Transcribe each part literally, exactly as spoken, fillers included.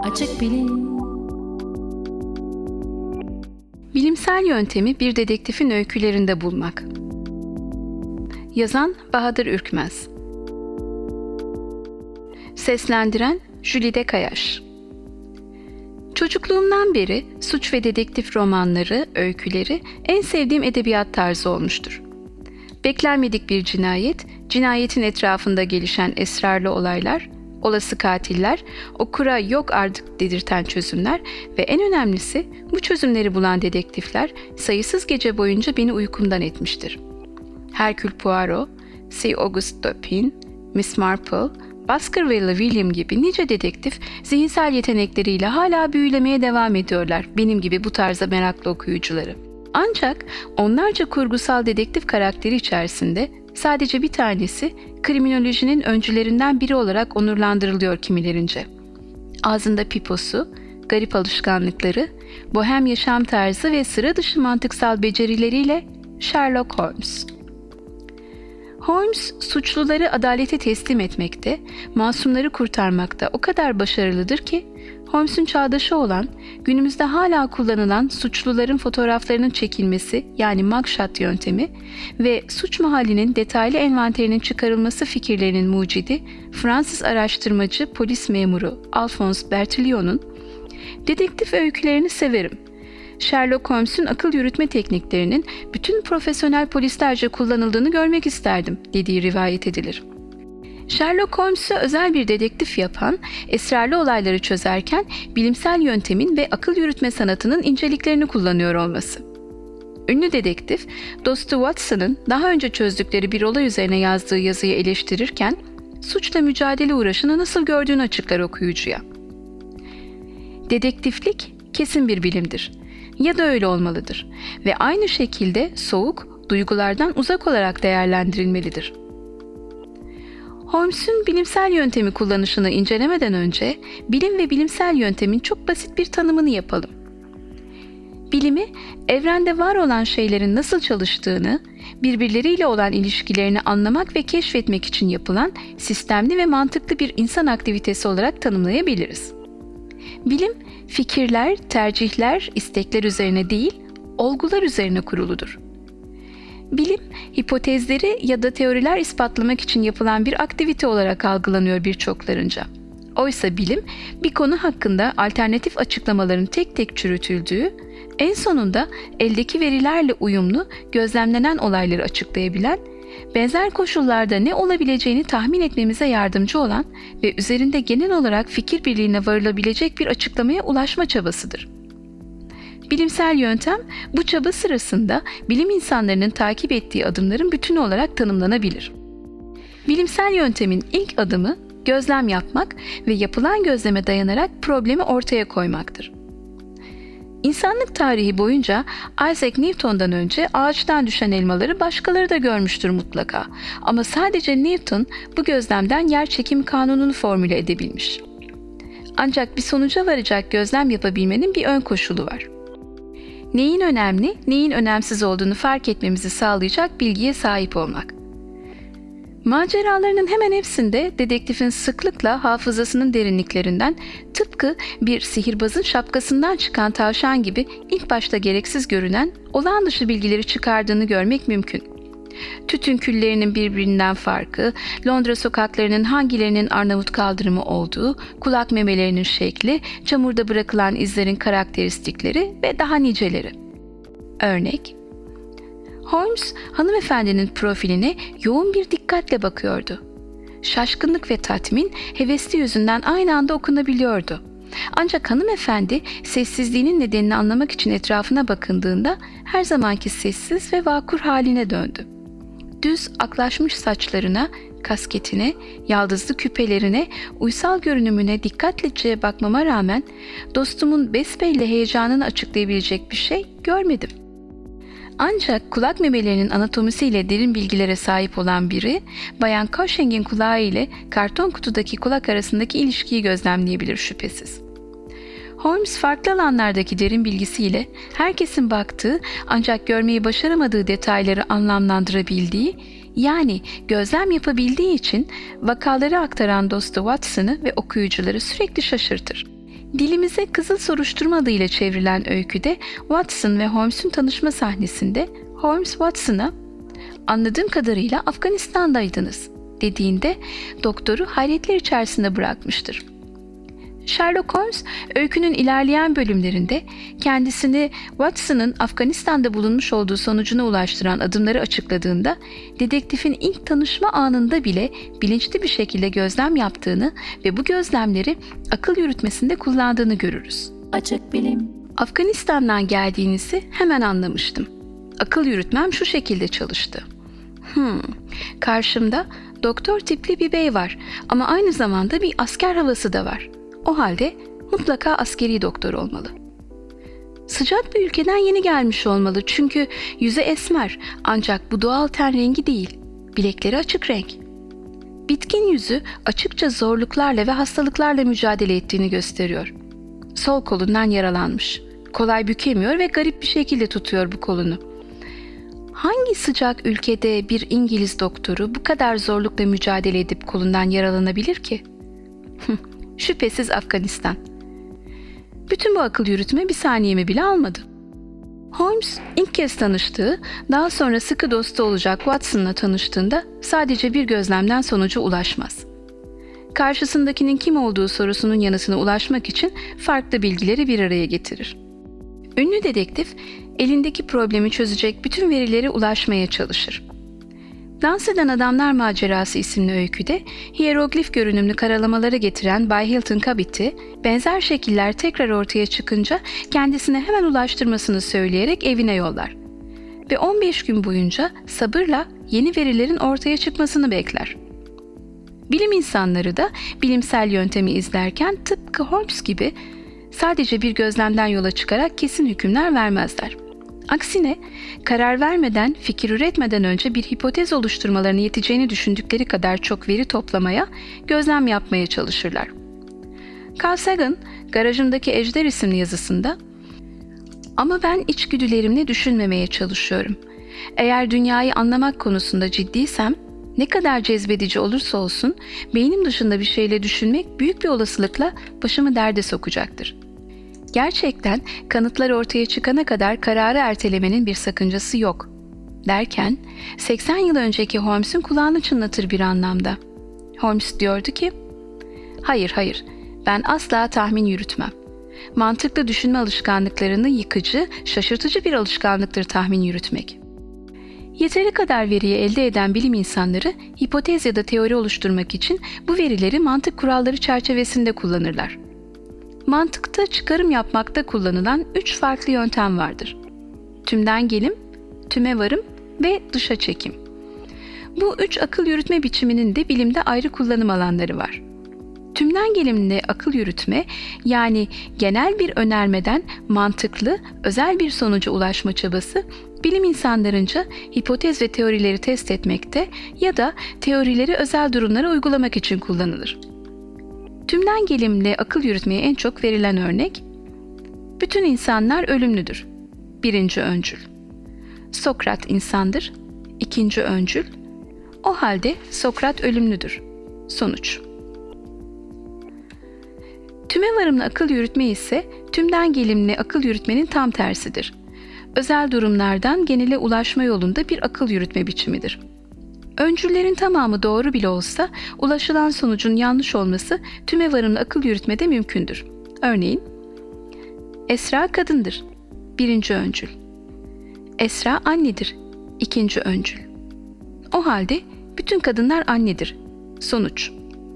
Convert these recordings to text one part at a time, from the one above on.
Açık Bilim. Bilimsel yöntemi bir dedektifin öykülerinde bulmak. Yazan Bahadır Ürkmez. Seslendiren Jülide Kayaş. Çocukluğumdan beri suç ve dedektif romanları, öyküleri en sevdiğim edebiyat tarzı olmuştur. Beklenmedik bir cinayet, cinayetin etrafında gelişen esrarlı olaylar, olası katiller, okura yok artık dedirten çözümler ve en önemlisi bu çözümleri bulan dedektifler sayısız gece boyunca beni uykumdan etmiştir. Hercule Poirot, Sir Auguste Dupin, Miss Marple, Baskerville William gibi nice dedektif zihinsel yetenekleriyle hala büyülemeye devam ediyorlar benim gibi bu tarza meraklı okuyucuları. Ancak onlarca kurgusal dedektif karakteri içerisinde sadece bir tanesi kriminolojinin öncülerinden biri olarak onurlandırılıyor kimilerince. Ağzında piposu, garip alışkanlıkları, bohem yaşam tarzı ve sıra dışı mantıksal becerileriyle Sherlock Holmes. Holmes, suçluları adalete teslim etmekte, masumları kurtarmakta o kadar başarılıdır ki, Holmes'un çağdaşı olan, günümüzde hala kullanılan suçluların fotoğraflarının çekilmesi yani mugshot yöntemi ve suç mahallinin detaylı envanterinin çıkarılması fikirlerinin mucidi Fransız araştırmacı polis memuru Alphonse Bertillon'un dedektif öykülerini severim. Sherlock Holmes'un akıl yürütme tekniklerinin bütün profesyonel polislerce kullanıldığını görmek isterdim dediği rivayet edilir. Sherlock Holmes'u özel bir dedektif yapan, esrarlı olayları çözerken bilimsel yöntemin ve akıl yürütme sanatının inceliklerini kullanıyor olması. Ünlü dedektif, dostu Watson'ın daha önce çözdükleri bir olay üzerine yazdığı yazıyı eleştirirken, suçla mücadele uğraşını nasıl gördüğünü açıklar okuyucuya. Dedektiflik kesin bir bilimdir. Ya da öyle olmalıdır ve aynı şekilde soğuk, duygulardan uzak olarak değerlendirilmelidir. Holmes'un bilimsel yöntemi kullanışını incelemeden önce bilim ve bilimsel yöntemin çok basit bir tanımını yapalım. Bilimi, evrende var olan şeylerin nasıl çalıştığını, birbirleriyle olan ilişkilerini anlamak ve keşfetmek için yapılan sistemli ve mantıklı bir insan aktivitesi olarak tanımlayabiliriz. Bilim, fikirler, tercihler, istekler üzerine değil, olgular üzerine kuruludur. Bilim, hipotezleri ya da teoriler ispatlamak için yapılan bir aktivite olarak algılanıyor birçoklarınca. Oysa bilim, bir konu hakkında alternatif açıklamaların tek tek çürütüldüğü, en sonunda eldeki verilerle uyumlu, gözlemlenen olayları açıklayabilen, benzer koşullarda ne olabileceğini tahmin etmemize yardımcı olan ve üzerinde genel olarak fikir birliğine varılabilecek bir açıklamaya ulaşma çabasıdır. Bilimsel yöntem, bu çaba sırasında bilim insanlarının takip ettiği adımların bütünü olarak tanımlanabilir. Bilimsel yöntemin ilk adımı gözlem yapmak ve yapılan gözleme dayanarak problemi ortaya koymaktır. İnsanlık tarihi boyunca Isaac Newton'dan önce ağaçtan düşen elmaları başkaları da görmüştür mutlaka. Ama sadece Newton bu gözlemden yerçekimi kanununu formüle edebilmiş. Ancak bir sonuca varacak gözlem yapabilmenin bir ön koşulu var. Neyin önemli, neyin önemsiz olduğunu fark etmemizi sağlayacak bilgiye sahip olmak. Maceralarının hemen hepsinde dedektifin sıklıkla hafızasının derinliklerinden tıpkı bir sihirbazın şapkasından çıkan tavşan gibi ilk başta gereksiz görünen olağan dışı bilgileri çıkardığını görmek mümkün. Tütün küllerinin birbirinden farkı, Londra sokaklarının hangilerinin Arnavut kaldırımı olduğu, kulak memelerinin şekli, çamurda bırakılan izlerin karakteristikleri ve daha niceleri. Örnek: Holmes, hanımefendinin profiline yoğun bir dikkatle bakıyordu. Şaşkınlık ve tatmin hevesli yüzünden aynı anda okunabiliyordu. Ancak hanımefendi sessizliğinin nedenini anlamak için etrafına bakındığında her zamanki sessiz ve vakur haline döndü. Düz aklaşmış saçlarına, kasketine, yaldızlı küpelerine, uysal görünümüne dikkatlice bakmama rağmen dostumun besbelli heyecanını açıklayabilecek bir şey görmedim. Ancak kulak memelerinin anatomisiyle derin bilgilere sahip olan biri, Bayan Cushing'in kulağı ile karton kutudaki kulak arasındaki ilişkiyi gözlemleyebilir şüphesiz. Holmes farklı alanlardaki derin bilgisiyle herkesin baktığı ancak görmeyi başaramadığı detayları anlamlandırabildiği, yani gözlem yapabildiği için vakaları aktaran dostu Watson'ı ve okuyucuları sürekli şaşırtır. Dilimize Kızıl Soruşturma adıyla çevrilen öyküde Watson ve Holmes'un tanışma sahnesinde Holmes Watson'a "Anladığım kadarıyla Afganistan'daydınız" dediğinde doktoru hayretler içerisinde bırakmıştır. Sherlock Holmes, öykünün ilerleyen bölümlerinde kendisini Watson'ın Afganistan'da bulunmuş olduğu sonucuna ulaştıran adımları açıkladığında, dedektifin ilk tanışma anında bile bilinçli bir şekilde gözlem yaptığını ve bu gözlemleri akıl yürütmesinde kullandığını görürüz. Açık bilim. Afganistan'dan geldiğinizi hemen anlamıştım. Akıl yürütmem şu şekilde çalıştı. Hmm, karşımda doktor tipli bir bey var ama aynı zamanda bir asker havası da var. O halde mutlaka askeri doktor olmalı. Sıcak bir ülkeden yeni gelmiş olmalı çünkü yüzü esmer, ancak bu doğal ten rengi değil, bilekleri açık renk. Bitkin yüzü açıkça zorluklarla ve hastalıklarla mücadele ettiğini gösteriyor. Sol kolundan yaralanmış, kolay bükemiyor ve garip bir şekilde tutuyor bu kolunu. Hangi sıcak ülkede bir İngiliz doktoru bu kadar zorlukla mücadele edip kolundan yaralanabilir ki? Şüphesiz Afganistan. Bütün bu akıl yürütme bir saniyemi bile almadı. Holmes ilk kez tanıştığı, daha sonra sıkı dostu olacak Watson'la tanıştığında sadece bir gözlemden sonuca ulaşmaz. Karşısındakinin kim olduğu sorusunun yanıtına ulaşmak için farklı bilgileri bir araya getirir. Ünlü dedektif, elindeki problemi çözecek bütün verilere ulaşmaya çalışır. Dans Eden Adamlar Macerası isimli öyküde hieroglif görünümlü karalamaları getiren Bay Hilton Cabot'i benzer şekiller tekrar ortaya çıkınca kendisine hemen ulaştırmasını söyleyerek evine yollar ve on beş gün boyunca sabırla yeni verilerin ortaya çıkmasını bekler. Bilim insanları da bilimsel yöntemi izlerken tıpkı Holmes gibi sadece bir gözlemden yola çıkarak kesin hükümler vermezler. Aksine karar vermeden, fikir üretmeden önce bir hipotez oluşturmalarına yeteceğini düşündükleri kadar çok veri toplamaya, gözlem yapmaya çalışırlar. Carl Sagan, Garajımdaki Ejder isimli yazısında, "Ama ben içgüdülerimle düşünmemeye çalışıyorum. Eğer dünyayı anlamak konusunda ciddiysem, ne kadar cezbedici olursa olsun, beynim dışında bir şeyle düşünmek büyük bir olasılıkla başımı derde sokacaktır. Gerçekten kanıtlar ortaya çıkana kadar kararı ertelemenin bir sakıncası yok," derken seksen yıl önceki Holmes'un kulağını çınlatır bir anlamda. Holmes diyordu ki, "Hayır hayır, ben asla tahmin yürütmem. Mantıklı düşünme alışkanlıklarını yıkıcı, şaşırtıcı bir alışkanlıktır tahmin yürütmek." Yeteri kadar veriyi elde eden bilim insanları hipotez ya da teori oluşturmak için bu verileri mantık kuralları çerçevesinde kullanırlar. Mantıkta çıkarım yapmakta kullanılan üç farklı yöntem vardır. Tümden gelim, tüme varım ve dışa çekim. Bu üç akıl yürütme biçiminin de bilimde ayrı kullanım alanları var. Tümden gelimli akıl yürütme, yani genel bir önermeden mantıklı, özel bir sonuca ulaşma çabası, bilim insanlarınca hipotez ve teorileri test etmekte ya da teorileri özel durumlara uygulamak için kullanılır. Tümden gelimli akıl yürütmeye en çok verilen örnek, "Bütün insanlar ölümlüdür." Birinci öncül. "Sokrat insandır." İkinci öncül. "O halde Sokrat ölümlüdür." Sonuç. Tüme varımlı akıl yürütme ise tümden gelimli akıl yürütmenin tam tersidir. Özel durumlardan genele ulaşma yolunda bir akıl yürütme biçimidir. Öncüllerin tamamı doğru bile olsa ulaşılan sonucun yanlış olması tüme varımlı akıl yürütmede mümkündür. Örneğin, Esra kadındır. Birinci öncül. Esra annedir. İkinci öncül. O halde bütün kadınlar annedir. Sonuç.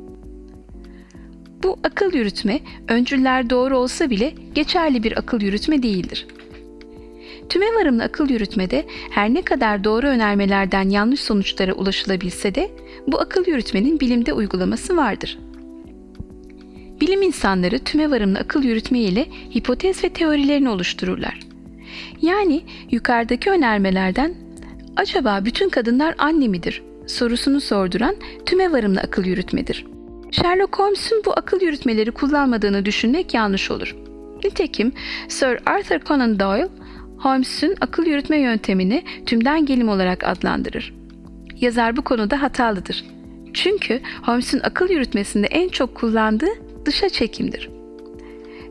Bu akıl yürütme, öncüller doğru olsa bile geçerli bir akıl yürütme değildir. Tüme varımlı akıl yürütmede her ne kadar doğru önermelerden yanlış sonuçlara ulaşılabilse de bu akıl yürütmenin bilimde uygulaması vardır. Bilim insanları tüme varımlı akıl yürütme ile hipotez ve teorilerini oluştururlar. Yani yukarıdaki önermelerden "Acaba bütün kadınlar anne midir?" sorusunu sorduran tüme varımlı akıl yürütmedir. Sherlock Holmes'un bu akıl yürütmeleri kullanmadığını düşünmek yanlış olur. Nitekim Sir Arthur Conan Doyle, Holmes'un akıl yürütme yöntemini tümden gelim olarak adlandırır. Yazar bu konuda hatalıdır. Çünkü Holmes'un akıl yürütmesinde en çok kullandığı dışa çekimdir.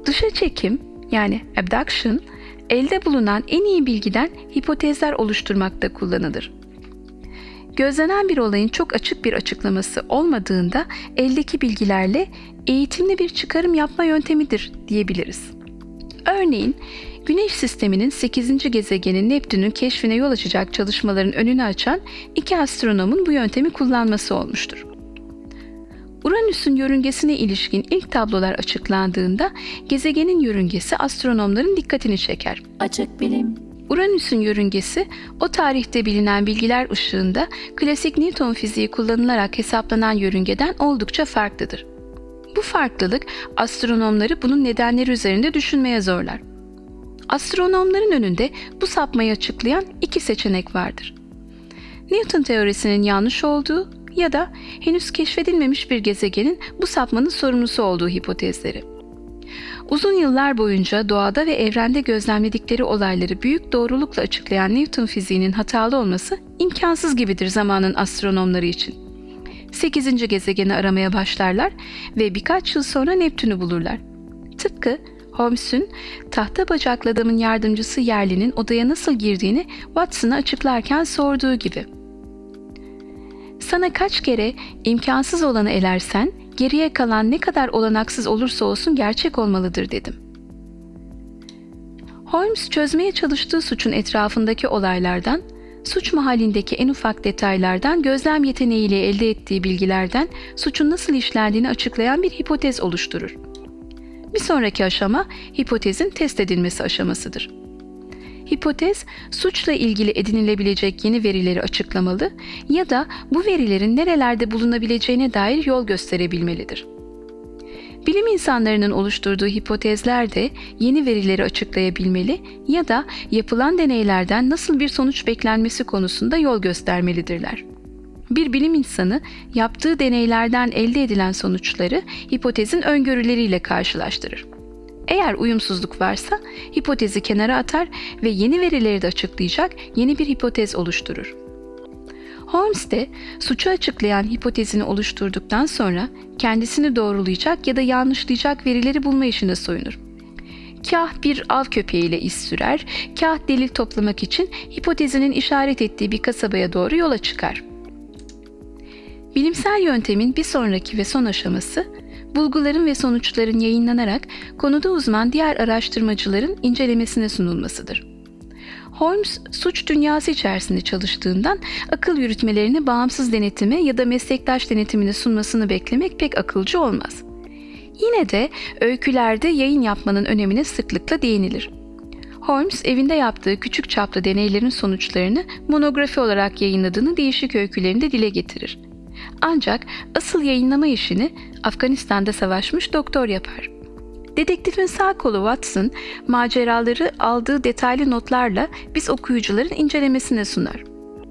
Dışa çekim yani abduction, elde bulunan en iyi bilgiden hipotezler oluşturmakta kullanılır. Gözlenen bir olayın çok açık bir açıklaması olmadığında eldeki bilgilerle eğitimli bir çıkarım yapma yöntemidir diyebiliriz. Örneğin, Güneş sisteminin sekizinci gezegeni Neptün'ün keşfine yol açacak çalışmaların önünü açan iki astronomun bu yöntemi kullanması olmuştur. Uranüs'ün yörüngesine ilişkin ilk tablolar açıklandığında gezegenin yörüngesi astronomların dikkatini çeker. Açık bilim. Uranüs'ün yörüngesi o tarihte bilinen bilgiler ışığında klasik Newton fiziği kullanılarak hesaplanan yörüngeden oldukça farklıdır. Bu farklılık astronomları bunun nedenleri üzerinde düşünmeye zorlar. Astronomların önünde bu sapmayı açıklayan iki seçenek vardır. Newton teorisinin yanlış olduğu ya da henüz keşfedilmemiş bir gezegenin bu sapmanın sorumlusu olduğu hipotezleri. Uzun yıllar boyunca doğada ve evrende gözlemledikleri olayları büyük doğrulukla açıklayan Newton fiziğinin hatalı olması imkansız gibidir zamanın astronomları için. sekizinci gezegeni aramaya başlarlar ve birkaç yıl sonra Neptün'ü bulurlar. Tıpkı Holmes'un tahta bacaklı adamın yardımcısı Yerli'nin odaya nasıl girdiğini Watson'a açıklarken sorduğu gibi. Sana kaç kere imkansız olanı elersen, geriye kalan ne kadar olanaksız olursa olsun gerçek olmalıdır dedim. Holmes çözmeye çalıştığı suçun etrafındaki olaylardan, suç mahallindeki en ufak detaylardan, gözlem yeteneğiyle elde ettiği bilgilerden suçun nasıl işlendiğini açıklayan bir hipotez oluşturur. Bir sonraki aşama hipotezin test edilmesi aşamasıdır. Hipotez, suçla ilgili edinilebilecek yeni verileri açıklamalı ya da bu verilerin nerelerde bulunabileceğine dair yol gösterebilmelidir. Bilim insanlarının oluşturduğu hipotezler de yeni verileri açıklayabilmeli ya da yapılan deneylerden nasıl bir sonuç beklenmesi konusunda yol göstermelidirler. Bir bilim insanı yaptığı deneylerden elde edilen sonuçları hipotezin öngörüleriyle karşılaştırır. Eğer uyumsuzluk varsa hipotezi kenara atar ve yeni verileri de açıklayacak yeni bir hipotez oluşturur. Holmes de suçu açıklayan hipotezini oluşturduktan sonra kendisini doğrulayacak ya da yanlışlayacak verileri bulma işine soyunur. Kah bir av köpeğiyle iz sürer, kah delil toplamak için hipotezinin işaret ettiği bir kasabaya doğru yola çıkar. Bilimsel yöntemin bir sonraki ve son aşaması, bulguların ve sonuçların yayınlanarak konuda uzman diğer araştırmacıların incelemesine sunulmasıdır. Holmes, suç dünyası içerisinde çalıştığından akıl yürütmelerini bağımsız denetime ya da meslektaş denetimine sunmasını beklemek pek akılcı olmaz. Yine de öykülerde yayın yapmanın önemine sıklıkla değinilir. Holmes, evinde yaptığı küçük çaplı deneylerin sonuçlarını monografi olarak yayınladığını değişik öykülerinde dile getirir. Ancak asıl yayınlama işini Afganistan'da savaşmış doktor yapar. Dedektifin sağ kolu Watson, maceraları aldığı detaylı notlarla biz okuyucuların incelemesine sunar.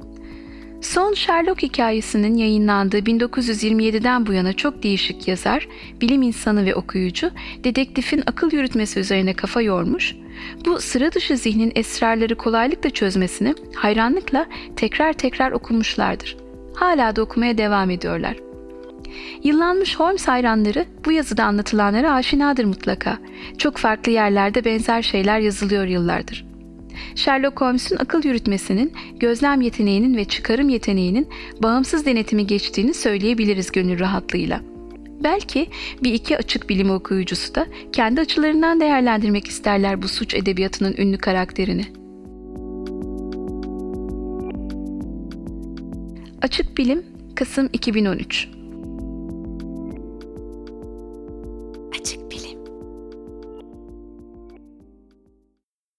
Son Sherlock hikayesinin yayınlandığı bin dokuz yüz yirmi yediden bu yana çok değişik yazar, bilim insanı ve okuyucu, dedektifin akıl yürütmesi üzerine kafa yormuş, bu sıra dışı zihnin esrarları kolaylıkla çözmesini hayranlıkla tekrar tekrar okumuşlardır. Hala da okumaya devam ediyorlar. Yıllanmış Holmes hayranları bu yazıda anlatılanlara aşinadır mutlaka. Çok farklı yerlerde benzer şeyler yazılıyor yıllardır. Sherlock Holmes'un akıl yürütmesinin, gözlem yeteneğinin ve çıkarım yeteneğinin bağımsız denetimi geçtiğini söyleyebiliriz gönül rahatlığıyla. Belki bir iki açık bilim okuyucusu da kendi açılarından değerlendirmek isterler bu suç edebiyatının ünlü karakterini. Açık Bilim, Kasım iki bin on üç.